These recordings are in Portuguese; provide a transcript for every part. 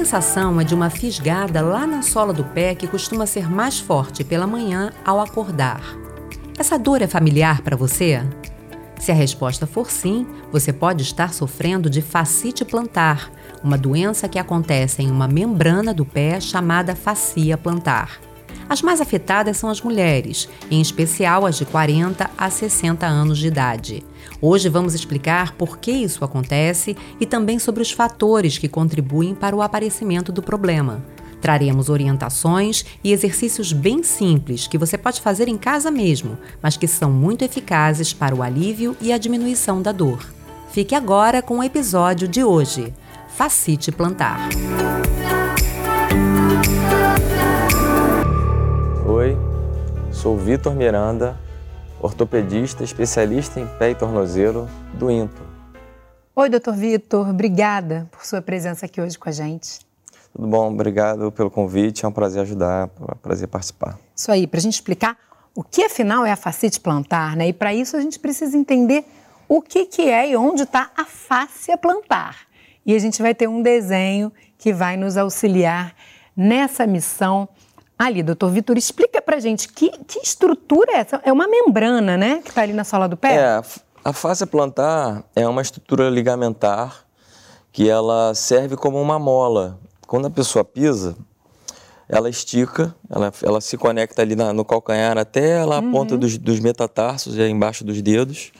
sensação é de uma fisgada lá na sola do pé que costuma ser mais forte pela manhã ao acordar. Essa dor é familiar para você? Se a resposta for sim, você pode estar sofrendo de fascite plantar, uma doença que acontece em uma membrana do pé chamada fascia plantar. As mais afetadas são as mulheres, em especial as de 40 a 60 anos de idade. Hoje vamos explicar por que isso acontece e também sobre os fatores que contribuem para o aparecimento do problema. Traremos orientações e exercícios bem simples que você pode fazer em casa mesmo, mas que são muito eficazes para o alívio e a diminuição da dor. Fique agora com o episódio de hoje: fascite plantar. Oi, sou Vitor Miranda, ortopedista especialista em pé e tornozelo do INTO. Oi, doutor Vitor, obrigada por sua presença aqui hoje com a gente. Tudo bom, obrigado pelo convite, é um prazer ajudar, é um prazer participar. Isso aí, para a gente explicar o que afinal é a fascite plantar, né? E para isso a gente precisa entender o que é e onde está a fáscia plantar. E a gente vai ter um desenho que vai nos auxiliar nessa missão. Ali, doutor Vitor, explica pra gente que estrutura é essa? É uma membrana, né, que está ali na sola do pé? A fáscia plantar é uma estrutura ligamentar que ela serve como uma mola. Quando a pessoa pisa, ela estica, ela se conecta ali no calcanhar até a ponta dos metatarsos, embaixo dos dedos,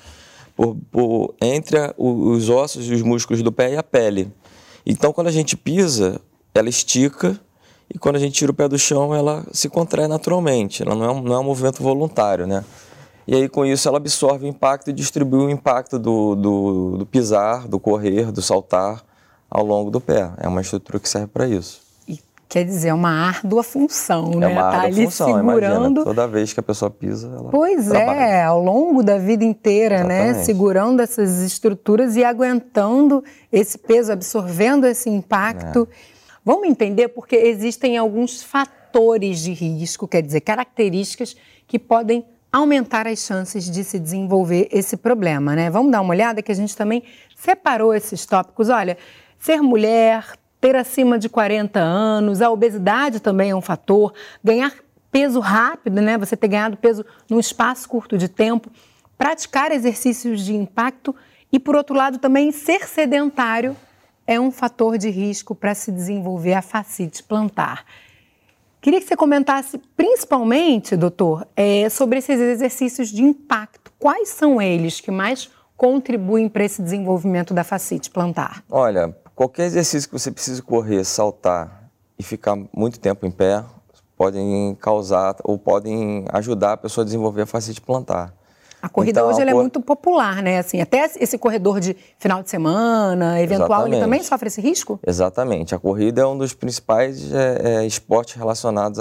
entre os ossos e os músculos do pé e a pele. Então, quando a gente pisa, ela estica. E quando a gente tira o pé do chão, ela se contrai naturalmente, ela não é um movimento voluntário, né? E aí, com isso, ela absorve o impacto e distribui o impacto do pisar, do correr, do saltar ao longo do pé. É uma estrutura que serve para isso. E quer dizer, é uma árdua função, né? É uma árdua função, segurando... imagina, toda vez que a pessoa pisa, ela Pois trabalha. ao longo da vida inteira, Exatamente. né? Segurando essas estruturas e aguentando esse peso, absorvendo esse impacto. Vamos entender porque existem alguns fatores de risco, quer dizer, características que podem aumentar as chances de se desenvolver esse problema, né? Vamos dar uma olhada que a gente também separou esses tópicos. Olha, ser mulher, ter acima de 40 anos, a obesidade também é um fator, ganhar peso rápido, né? Você ter ganhado peso num espaço curto de tempo, praticar exercícios de impacto e, por outro lado, também ser sedentário é um fator de risco para se desenvolver a fascite plantar. Queria que você comentasse principalmente, doutor, sobre esses exercícios de impacto. Quais são eles que mais contribuem para esse desenvolvimento da fascite plantar? Olha, qualquer exercício que você precise correr, saltar e ficar muito tempo em pé, podem causar ou podem ajudar a pessoa a desenvolver a fascite plantar. A corrida hoje ela é muito popular, né? Assim, até esse corredor de final de semana, eventual, ele também sofre esse risco? Exatamente. A corrida é um dos principais esportes relacionados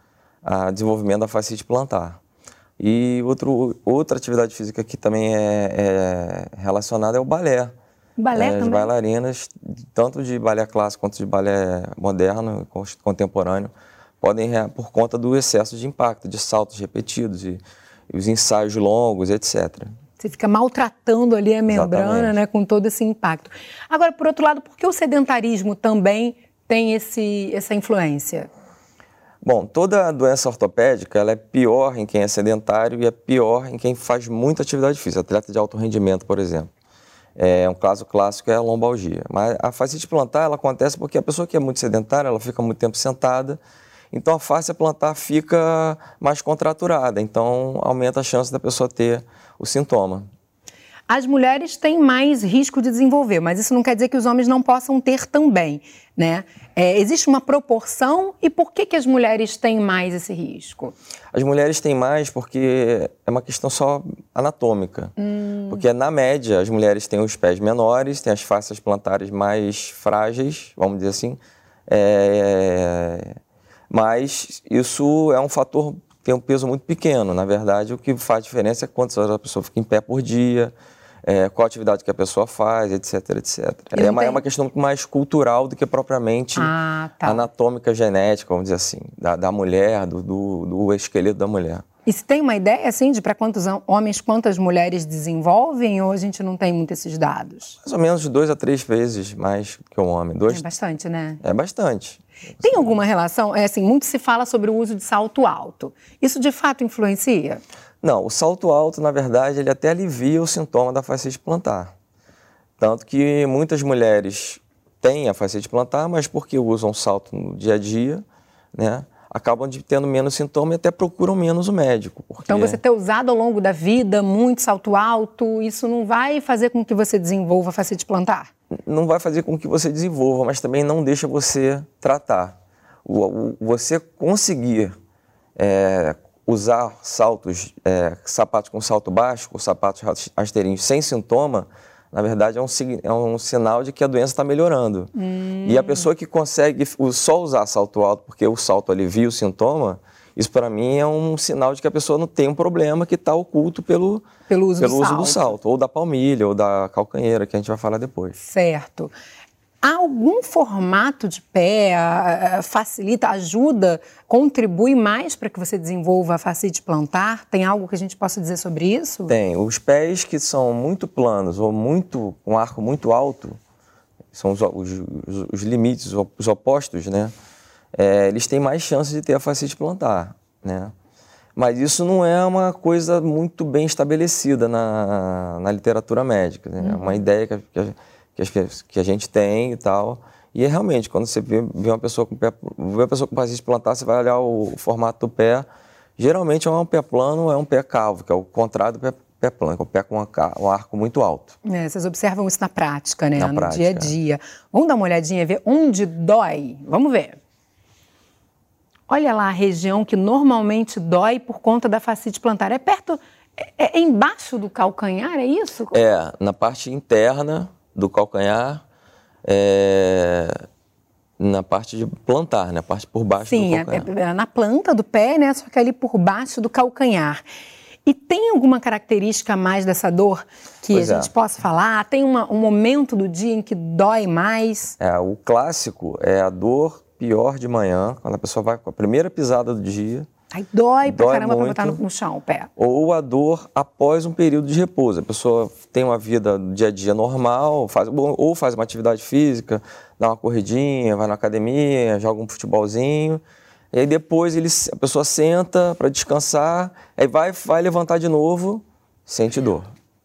a desenvolvimento da fascite plantar. E outra atividade física que também é relacionada é o balé. Balé também? As bailarinas, tanto de balé clássico quanto de balé moderno, contemporâneo, podem, por conta do excesso de impacto, de saltos repetidos e os ensaios longos, etc. Você fica maltratando ali a membrana, né, com todo esse impacto. Agora, por outro lado, por que o sedentarismo também tem essa influência? Bom, toda doença ortopédica ela é pior em quem é sedentário e é pior em quem faz muita atividade física, atleta de alto rendimento, por exemplo. Um caso clássico é a lombalgia. Mas a fascite plantar ela acontece porque a pessoa que é muito sedentária, ela fica muito tempo sentada. Então, a fáscia plantar fica mais contraturada, então aumenta a chance da pessoa ter o sintoma. As mulheres têm mais risco de desenvolver, mas isso não quer dizer que os homens não possam ter também, né? Existe uma proporção e por que as mulheres têm mais esse risco? As mulheres têm mais porque é uma questão só anatômica. Porque, na média, as mulheres têm os pés menores, têm as fáscias plantares mais frágeis, vamos dizer assim, mas isso é um fator que tem um peso muito pequeno. Na verdade, o que faz diferença é quantas horas a pessoa fica em pé por dia, qual atividade que a pessoa faz, etc, etc. É uma questão muito mais cultural do que propriamente anatômica, genética, vamos dizer assim, da mulher, do esqueleto da mulher. E se tem uma ideia, assim, de para quantos homens, quantas mulheres desenvolvem, ou a gente não tem muito esses dados? Mais ou menos 2 a 3 vezes mais que um homem. É bastante, né? É bastante. Tem alguma relação? Assim, muito se fala sobre o uso de salto alto. Isso de fato influencia? Não, o salto alto, na verdade, ele até alivia o sintoma da fascite plantar. Tanto que muitas mulheres têm a fascite plantar, mas porque usam salto no dia a dia, né, acabam tendo menos sintoma e até procuram menos o médico. Então, você ter usado ao longo da vida muito salto alto, isso não vai fazer com que você desenvolva fascite plantar? Não vai fazer com que você desenvolva, mas também não deixa você tratar. Você conseguir usar sapatos com salto baixo, ou sapatos rasteirinhos sem sintoma, na verdade é um sinal de que a doença está melhorando. E a pessoa que consegue só usar salto alto porque o salto alivia o sintoma, isso para mim é um sinal de que a pessoa não tem um problema que está oculto pelo uso do salto, ou da palmilha, ou da calcanheira, que a gente vai falar depois. Certo. Há algum formato de pé, facilita, ajuda, contribui mais para que você desenvolva a fascite plantar? Tem algo que a gente possa dizer sobre isso? Tem. Os pés que são muito planos ou com arco muito alto, são os limites, os opostos, né? Eles têm mais chances de ter a fascite plantar, né? Mas isso não é uma coisa muito bem estabelecida na literatura médica, né? É uma ideia que a gente tem e tal. E realmente, quando você vê uma pessoa com fascite plantar, você vai olhar o formato do pé. Geralmente é um pé plano, é um pé calvo, que é o contrário do pé plano, que é um pé com um arco muito alto. Vocês observam isso na prática, né? No dia a dia. Vamos dar uma olhadinha e ver onde dói? Vamos ver. Olha lá a região que normalmente dói por conta da fascite plantar. É perto, é embaixo do calcanhar, é isso? Na parte interna do calcanhar, na parte de plantar, na parte por baixo do calcanhar. Sim, na planta do pé, né? Só que ali por baixo do calcanhar. E tem alguma característica a mais dessa dor que a gente possa falar? Tem um momento do dia em que dói mais? O clássico é a dor pior de manhã, quando a pessoa vai com a primeira pisada do dia. Aí dói pra caramba para botar no chão o pé. Ou a dor após um período de repouso. A pessoa tem uma vida dia a dia normal, faz uma atividade física, dá uma corridinha, vai na academia, joga um futebolzinho. E aí depois a pessoa senta para descansar, aí vai levantar de novo, sente dor.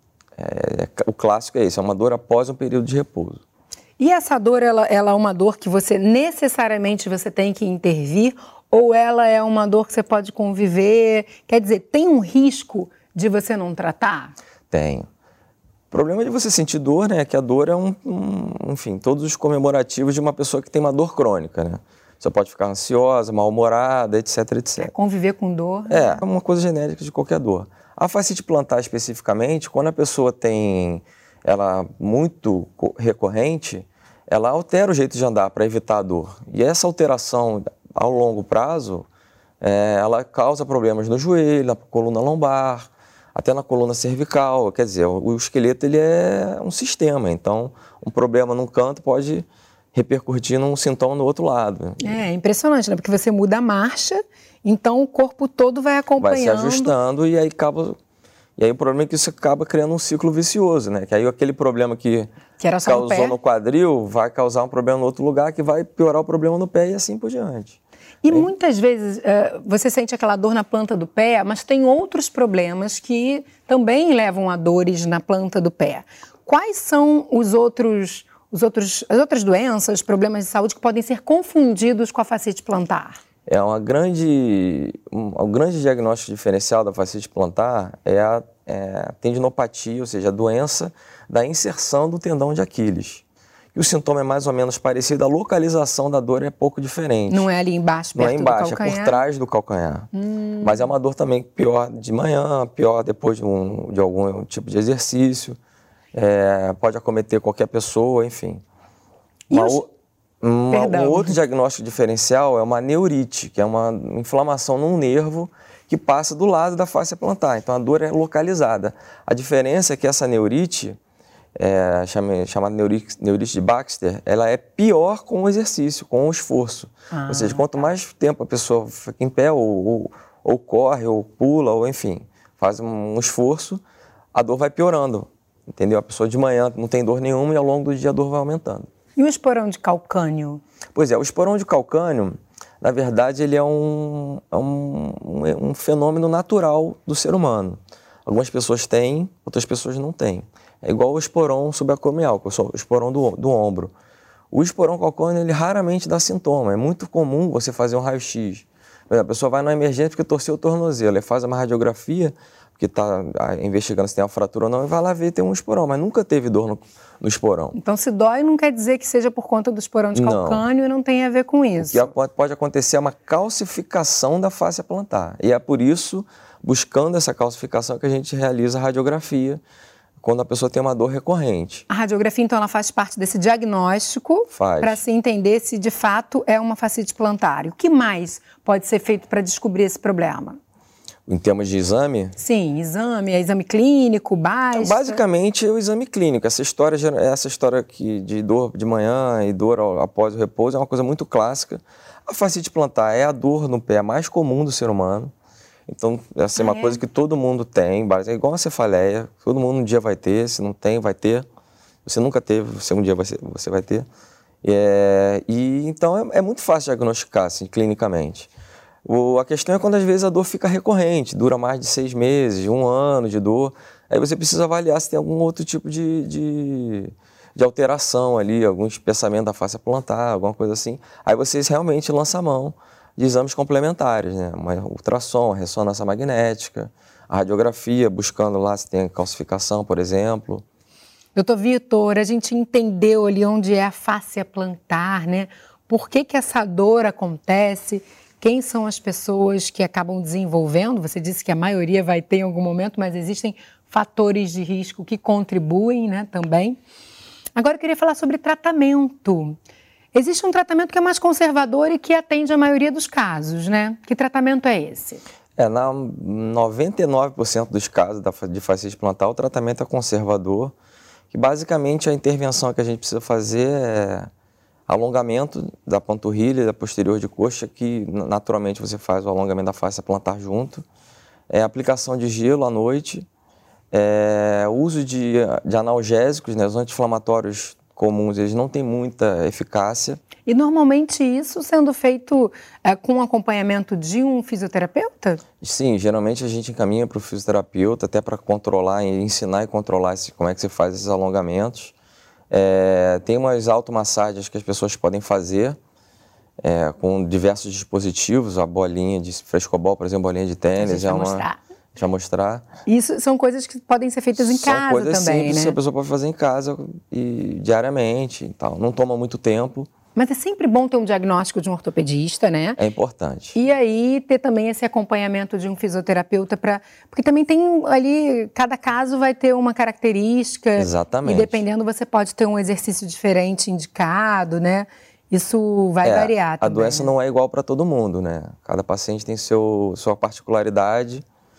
O clássico é esse, é uma dor após um período de repouso. E essa dor, ela é uma dor que você necessariamente tem que intervir, ou ela é uma dor que você pode conviver? Quer dizer, tem um risco de você não tratar? Tem. O problema de você sentir dor, né, é que a dor é enfim, todos os comemorativos de uma pessoa que tem uma dor crônica, né? Você pode ficar ansiosa, mal-humorada, etc, etc. Conviver com dor? É uma coisa genérica de qualquer dor. A fascite plantar especificamente, quando a pessoa tem ela muito recorrente, ela altera o jeito de andar para evitar a dor. E essa alteração, ao longo prazo, ela causa problemas no joelho, na coluna lombar, até na coluna cervical. Quer dizer, o esqueleto ele é um sistema, então um problema num canto pode repercutir num sintoma no outro lado. É impressionante, né? Porque você muda a marcha, então o corpo todo vai acompanhando. Vai se ajustando e aí o problema é que isso acaba criando um ciclo vicioso, né? Que aí aquele problema que causou no quadril vai causar um problema no outro lugar que vai piorar o problema no pé e assim por diante. E muitas vezes você sente aquela dor na planta do pé, mas tem outros problemas que também levam a dores na planta do pé. Quais são as outras doenças, problemas de saúde que podem ser confundidos com a fascite plantar? Um grande diagnóstico diferencial da fascite plantar é a tendinopatia, ou seja, a doença da inserção do tendão de Aquiles. E o sintoma é mais ou menos parecido, a localização da dor é pouco diferente. Não é ali embaixo, perto do calcanhar? Não é embaixo, é por trás do calcanhar. Mas é uma dor também pior de manhã, pior depois de algum tipo de exercício. Pode acometer qualquer pessoa, enfim. Um outro diagnóstico diferencial é uma neurite, que é uma inflamação num nervo que passa do lado da face plantar. Então a dor é localizada. A diferença é que essa neurite, chamada neurite de Baxter, ela é pior com o exercício, com o esforço. Ou seja, quanto mais tempo a pessoa fica em pé ou ou corre, ou pula, ou enfim, faz um esforço, a dor vai piorando, entendeu? A pessoa de manhã não tem dor nenhuma e ao longo do dia a dor vai aumentando. E o esporão de calcânio? Pois é, o esporão de calcânio, na verdade, ele é um fenômeno natural do ser humano. Algumas pessoas têm, outras pessoas não têm. É igual o esporão subacromial, que é o esporão do ombro. O esporão calcâneo, ele raramente dá sintoma. É muito comum você fazer um raio-x. A pessoa vai na emergência porque torceu o tornozelo, ele faz uma radiografia, porque está investigando se tem uma fratura ou não, e vai lá ver tem um esporão, mas nunca teve dor no esporão. Então, se dói, não quer dizer que seja por conta do esporão de calcânio e não tem a ver com isso. O que pode acontecer é uma calcificação da fáscia plantar. E é por isso, buscando essa calcificação, que a gente realiza a radiografia, quando a pessoa tem uma dor recorrente. A radiografia, então, ela faz parte desse diagnóstico para se entender se, de fato, é uma fascite plantar. O que mais pode ser feito para descobrir esse problema? Em termos de exame? Sim, exame clínico, basta? Então, basicamente, é o exame clínico. Essa história aqui de dor de manhã e dor após o repouso é uma coisa muito clássica. A fascite plantar é a dor no pé mais comum do ser humano. Então, essa é uma coisa que todo mundo tem, é igual a cefaleia, todo mundo um dia vai ter, se não tem, vai ter. Você nunca teve, um dia você vai ter. Então, é muito fácil diagnosticar, assim, clinicamente. A questão é quando, às vezes, a dor fica recorrente, dura mais de 6 meses, 1 ano de dor. Aí você precisa avaliar se tem algum outro tipo de alteração ali, algum espessamento da fáscia plantar, alguma coisa assim. Aí você realmente lança a mão de exames complementares, né? Uma ultrassom, ressonância magnética, a radiografia, buscando lá se tem calcificação, por exemplo. Doutor Vitor, a gente entendeu ali onde é a fáscia plantar, né? Por que essa dor acontece? Quem são as pessoas que acabam desenvolvendo? Você disse que a maioria vai ter em algum momento, mas existem fatores de risco que contribuem, né, também. Agora eu queria falar sobre tratamento. Existe um tratamento que é mais conservador e que atende a maioria dos casos, né? Que tratamento é esse? Na 99% dos casos de fascite plantar, o tratamento é conservador, que basicamente a intervenção que a gente precisa fazer é alongamento da panturrilha e da posterior de coxa, que naturalmente você faz o alongamento da fáscia plantar junto, aplicação de gelo à noite, uso de analgésicos, né? Os anti-inflamatórios comuns, eles não têm muita eficácia. E normalmente isso sendo feito com acompanhamento de um fisioterapeuta? Sim, geralmente a gente encaminha para o fisioterapeuta até para controlar, ensinar e controlar como é que você faz esses alongamentos. Tem umas automassagens que as pessoas podem fazer com diversos dispositivos, a bolinha de frescobol, por exemplo, bolinha de tênis. Já mostrar. Isso são coisas que podem ser feitas em casa também, né? São coisas simples que a pessoa pode fazer em casa e diariamente e tal. Não toma muito tempo. Mas é sempre bom ter um diagnóstico de um ortopedista, né? É importante. E aí ter também esse acompanhamento de um fisioterapeuta porque também tem ali, cada caso vai ter uma característica. Exatamente. E dependendo você pode ter um exercício diferente indicado, né? Isso vai variar também. A doença não é igual para todo mundo, né? Cada paciente tem sua particularidade.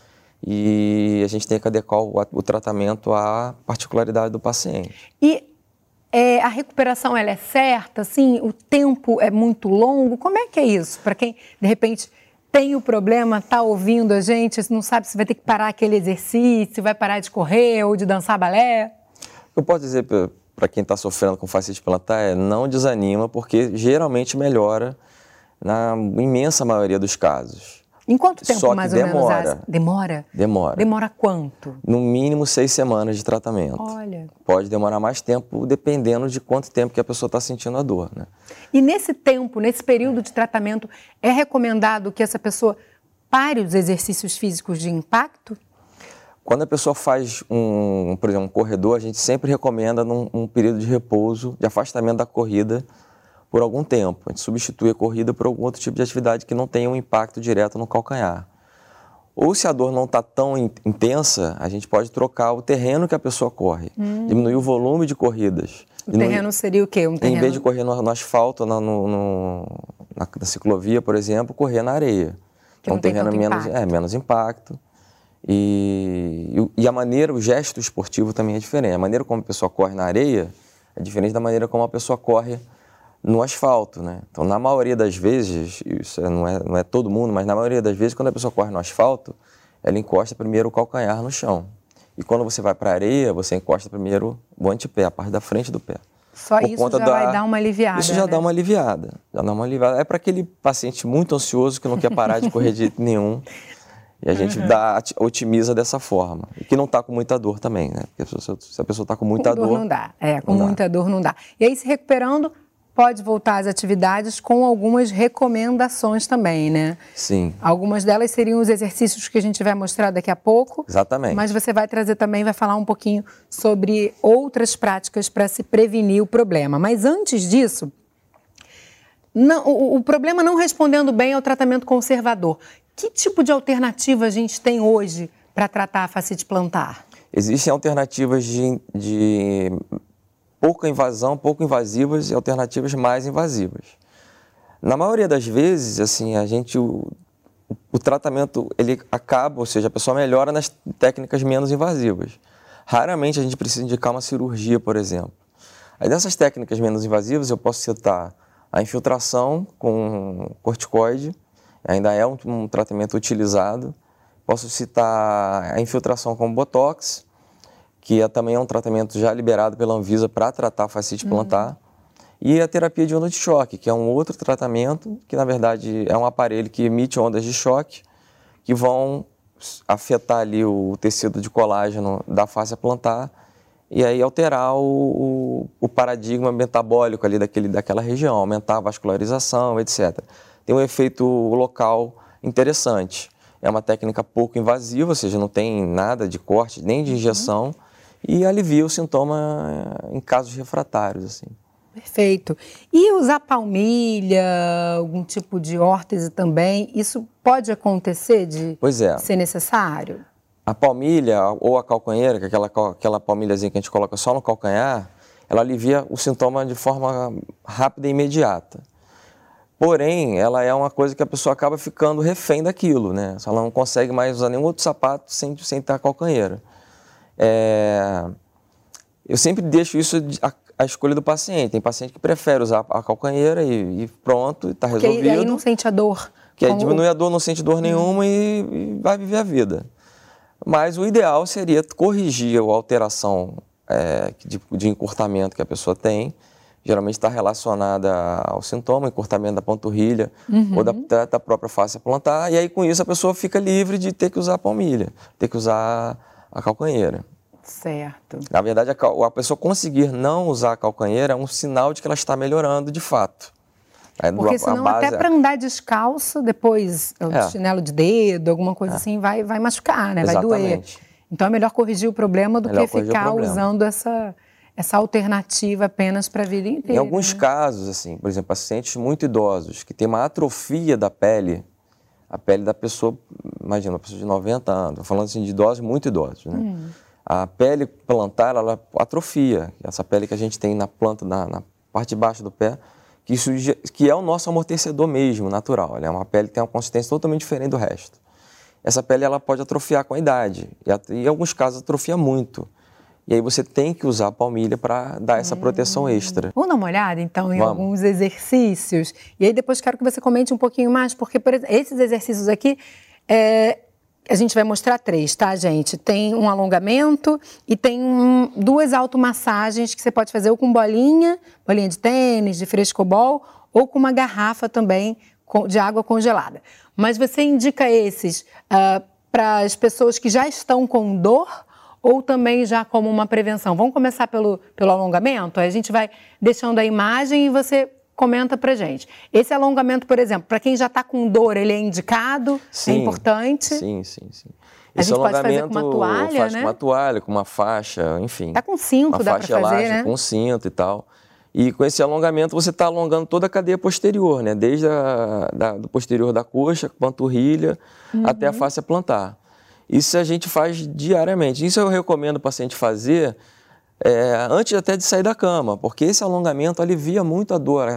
E a gente tem que adequar o tratamento à particularidade do paciente. E a recuperação, ela é certa? Assim, o tempo é muito longo? Como é que é isso? Para quem, de repente, tem o problema, está ouvindo a gente, não sabe se vai ter que parar aquele exercício, vai parar de correr ou de dançar balé? Eu posso dizer para quem está sofrendo com fascite plantar não desanima, porque geralmente melhora na imensa maioria dos casos. Em quanto tempo, mais ou menos? Demora. Demora quanto? No mínimo 6 semanas de tratamento. Olha. Pode demorar mais tempo, dependendo de quanto tempo que a pessoa está sentindo a dor, né? E nesse tempo, nesse período de tratamento, é recomendado que essa pessoa pare os exercícios físicos de impacto? Quando a pessoa faz, por exemplo, um corredor, a gente sempre recomenda um período de repouso, de afastamento da corrida, por algum tempo. A gente substitui a corrida por algum outro tipo de atividade que não tenha um impacto direto no calcanhar. Ou se a dor não está tão intensa, a gente pode trocar o terreno que a pessoa corre, diminuir o volume de corridas. O terreno seria o quê? Em vez de correr no asfalto, na ciclovia, por exemplo, correr na areia. Que não tem terreno tanto menos impacto. E a maneira, o gesto esportivo também é diferente. A maneira como a pessoa corre na areia é diferente da maneira como a pessoa corre no asfalto, né? Então, na maioria das vezes, isso não é todo mundo, mas na maioria das vezes, quando a pessoa corre no asfalto, ela encosta primeiro o calcanhar no chão. E quando você vai para a areia, você encosta primeiro o antepé, a parte da frente do pé. Só isso já vai dar uma aliviada. Isso já né? dá uma aliviada. Já dá uma aliviada. É para aquele paciente muito ansioso que não quer parar de correr de jeito nenhum. E a gente otimiza dessa forma. E que não está com muita dor também, né? Porque se a pessoa está com muita dor... não dá. Com muita dor não dá. E aí, se recuperando, pode voltar às atividades com algumas recomendações também, né? Sim. Algumas delas seriam os exercícios que a gente vai mostrar daqui a pouco. Exatamente. Mas você vai trazer também, vai falar um pouquinho sobre outras práticas para se prevenir o problema. Mas antes disso, o problema não respondendo bem ao tratamento conservador. Que tipo de alternativa a gente tem hoje para tratar a fascite plantar? Existem alternativas de pouca invasão, pouco invasivas e alternativas mais invasivas. Na maioria das vezes, assim, o tratamento ele acaba, ou seja, a pessoa melhora nas técnicas menos invasivas. Raramente a gente precisa indicar uma cirurgia, por exemplo. Aí dessas técnicas menos invasivas eu posso citar a infiltração com corticoide, ainda é um tratamento utilizado. Posso citar a infiltração com botox, que também é um tratamento já liberado pela Anvisa para tratar a fascite plantar. E a terapia de onda de choque, que é um outro tratamento, que na verdade é um aparelho que emite ondas de choque, que vão afetar ali o tecido de colágeno da face plantar e aí alterar o paradigma metabólico ali daquela região, aumentar a vascularização, etc. Tem um efeito local interessante. É uma técnica pouco invasiva, ou seja, não tem nada de corte, nem de injeção, e alivia o sintoma em casos refratários, assim. Perfeito. E usar palmilha, algum tipo de órtese também, isso pode acontecer de ser necessário? A palmilha ou a calcanheira, que é aquela palmilhazinha que a gente coloca só no calcanhar, ela alivia o sintoma de forma rápida e imediata. Porém, ela é uma coisa que a pessoa acaba ficando refém daquilo, né? Ela não consegue mais usar nenhum outro sapato sem ter a calcanheira. Eu sempre deixo isso a escolha do paciente. Tem paciente que prefere usar a calcanheira e pronto, está resolvido. Porque aí não sente a dor. Que aí diminui a dor, não sente dor nenhuma e vai viver a vida. Mas o ideal seria corrigir a alteração de encurtamento que a pessoa tem. Geralmente está relacionada ao sintoma, encurtamento da panturrilha ou da própria face plantar. E aí, com isso, a pessoa fica livre de ter que usar a palmilha, ter que usar a calcanheira. Certo. Na verdade, a pessoa conseguir não usar a calcanheira é um sinal de que ela está melhorando de fato. Porque senão até para andar descalço, depois o chinelo de dedo, alguma coisa assim, vai machucar, né? Vai doer. Então é melhor corrigir o problema do que ficar usando essa alternativa apenas para a vida inteira. Em alguns casos, assim, por exemplo, pacientes muito idosos que têm uma atrofia da pele, a pele da pessoa, imagina, uma pessoa de 90 anos, estou falando assim de idosos, muito idosos, né? A pele plantar, ela atrofia, essa pele que a gente tem na planta, na parte de baixo do pé, que é o nosso amortecedor mesmo, natural. É uma pele que tem uma consistência totalmente diferente do resto. Essa pele ela pode atrofiar com a idade, e em alguns casos atrofia muito. E aí você tem que usar a palmilha para dar essa proteção extra. Vamos dar uma olhada, então, em alguns exercícios. E aí depois quero que você comente um pouquinho mais, porque, por exemplo, esses exercícios aqui, a gente vai mostrar 3, tá, gente? Tem um alongamento e tem 2 automassagens que você pode fazer ou com bolinha de tênis, de frescobol, ou com uma garrafa também de água congelada. Mas você indica esses para as pessoas que já estão com dor ou também já como uma prevenção? Vamos começar pelo alongamento? Aí a gente vai deixando a imagem e você comenta pra gente. Esse alongamento, por exemplo, para quem já está com dor, ele é indicado? Sim, é importante? Sim. A gente pode fazer com uma toalha, faz com uma toalha, com uma faixa, enfim. Tá com cinto, dá para fazer, elástica, né? Com cinto e tal. E com esse alongamento você está alongando toda a cadeia posterior, né? Desde do posterior da coxa, panturrilha, até a face plantar. Isso a gente faz diariamente. Isso eu recomendo o paciente fazer antes até de sair da cama, porque esse alongamento alivia muito a dor, essa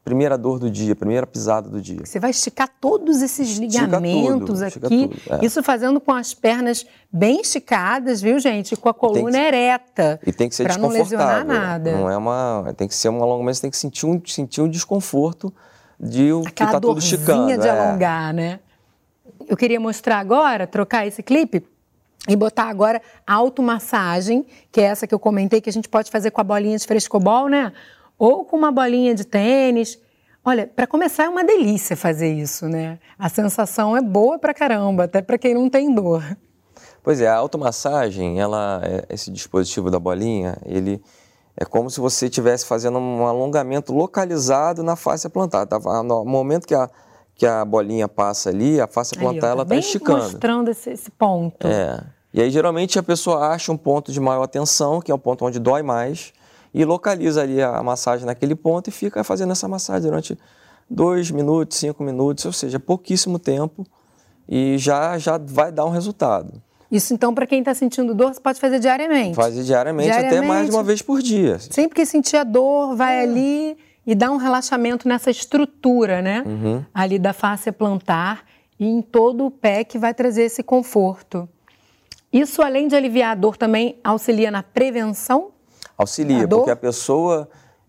primeira dor do dia, primeira pisada do dia. Você vai esticar todos esses ligamentos aqui, tudo. Isso fazendo com as pernas bem esticadas, viu, gente? Com a coluna ereta. E tem que ser desconfortável. Para não lesionar nada. Não é tem que ser um alongamento, você tem que sentir um desconforto de o que está tudo esticando. Aquela dorzinha de alongar, né? Eu queria mostrar agora, trocar esse clipe e botar agora a automassagem, que é essa que eu comentei, que a gente pode fazer com a bolinha de frescobol, né? Ou com uma bolinha de tênis. Olha, para começar é uma delícia fazer isso, né? A sensação é boa pra caramba, até para quem não tem dor. Pois é, a automassagem, esse dispositivo da bolinha, ele é como se você estivesse fazendo um alongamento localizado na fáscia plantar. Tá? No momento que a bolinha passa ali, a fáscia plantar ela está esticando. Mostrando esse ponto. E aí geralmente a pessoa acha um ponto de maior tensão, que é o ponto onde dói mais, e localiza ali a massagem naquele ponto e fica fazendo essa massagem durante 2 minutos, 5 minutos, ou seja, pouquíssimo tempo, e já vai dar um resultado. Isso então, para quem está sentindo dor, você pode fazer diariamente? Fazer diariamente, até mais de uma vez por dia. Sempre que sentir a dor, vai ali e dá um relaxamento nessa estrutura, né? Ali da fáscia plantar e em todo o pé, que vai trazer esse conforto. Isso, além de aliviar a dor, também auxilia na prevenção? Auxilia, porque a pessoa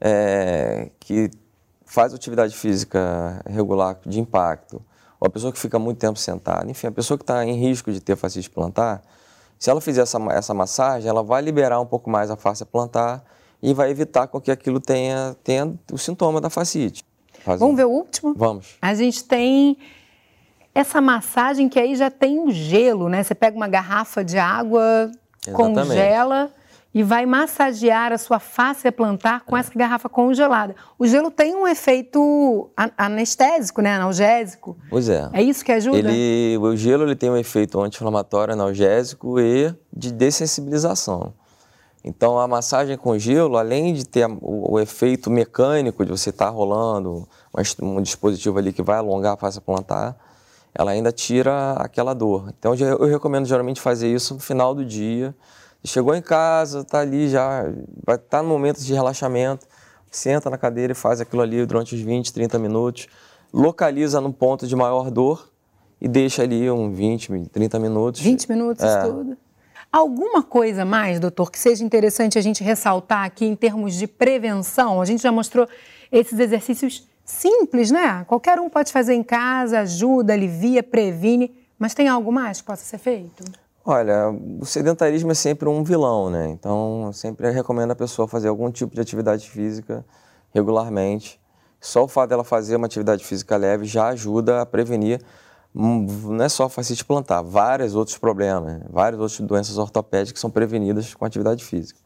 que faz atividade física regular de impacto, ou a pessoa que fica muito tempo sentada, enfim, a pessoa que está em risco de ter fascite plantar, se ela fizer essa massagem, ela vai liberar um pouco mais a fáscia plantar e vai evitar com que aquilo tenha o sintoma da fascite. Vamos ver o último? Vamos. A gente tem essa massagem que aí já tem o gelo, né? Você pega uma garrafa de água, congela e vai massagear a sua fáscia plantar com essa garrafa congelada. O gelo tem um efeito anestésico, né? Analgésico. Pois é. É isso que ajuda? O gelo tem um efeito anti-inflamatório, analgésico e de dessensibilização. Então, a massagem com gelo, além de ter o efeito mecânico de você estar rolando um dispositivo ali que vai alongar a fáscia plantar, ela ainda tira aquela dor. Então, eu recomendo geralmente fazer isso no final do dia. Chegou em casa, está ali já, vai estar no momento de relaxamento, senta na cadeira e faz aquilo ali durante uns 20, 30 minutos, localiza no ponto de maior dor e deixa ali uns 20, 30 minutos. 20 minutos, tudo. Alguma coisa mais, doutor, que seja interessante a gente ressaltar aqui em termos de prevenção? A gente já mostrou esses exercícios simples, né? Qualquer um pode fazer em casa, ajuda, alivia, previne, mas tem algo mais que possa ser feito? Olha, o sedentarismo é sempre um vilão, né? Então, eu sempre recomendo a pessoa fazer algum tipo de atividade física regularmente. Só o fato dela fazer uma atividade física leve já ajuda a prevenir, não é só fascite plantar, vários outros problemas, várias outras doenças ortopédicas que são prevenidas com atividade física.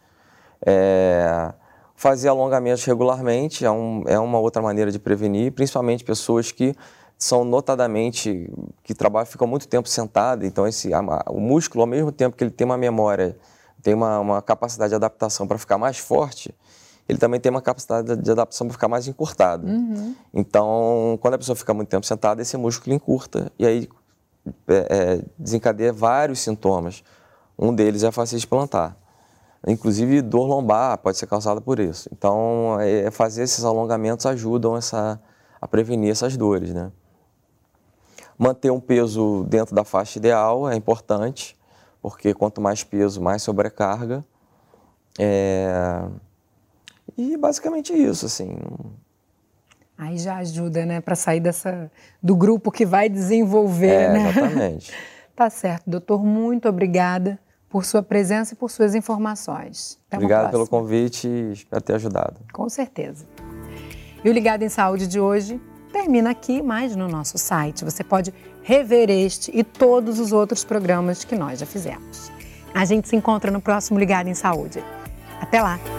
Fazer alongamentos regularmente é uma outra maneira de prevenir, principalmente pessoas que são notadamente, que ficam muito tempo sentado, então o músculo, ao mesmo tempo que ele tem uma memória, tem uma capacidade de adaptação para ficar mais forte, ele também tem uma capacidade de adaptação para ficar mais encurtado. Então, quando a pessoa fica muito tempo sentada, esse músculo encurta e aí desencadeia vários sintomas. Um deles é a fascite plantar. Inclusive, dor lombar pode ser causada por isso. Então, fazer esses alongamentos ajudam a prevenir essas dores, né? Manter um peso dentro da faixa ideal é importante, porque quanto mais peso, mais sobrecarga. E basicamente isso, assim. Aí já ajuda, né, para sair do grupo que vai desenvolver, né? Exatamente. Tá certo, doutor, muito obrigada por sua presença e por suas informações. Até Obrigado pelo convite e espero ter ajudado. Com certeza. E o Ligado em Saúde de hoje termina aqui, mas no nosso site você pode rever este e todos os outros programas que nós já fizemos. A gente se encontra no próximo Ligado em Saúde. Até lá!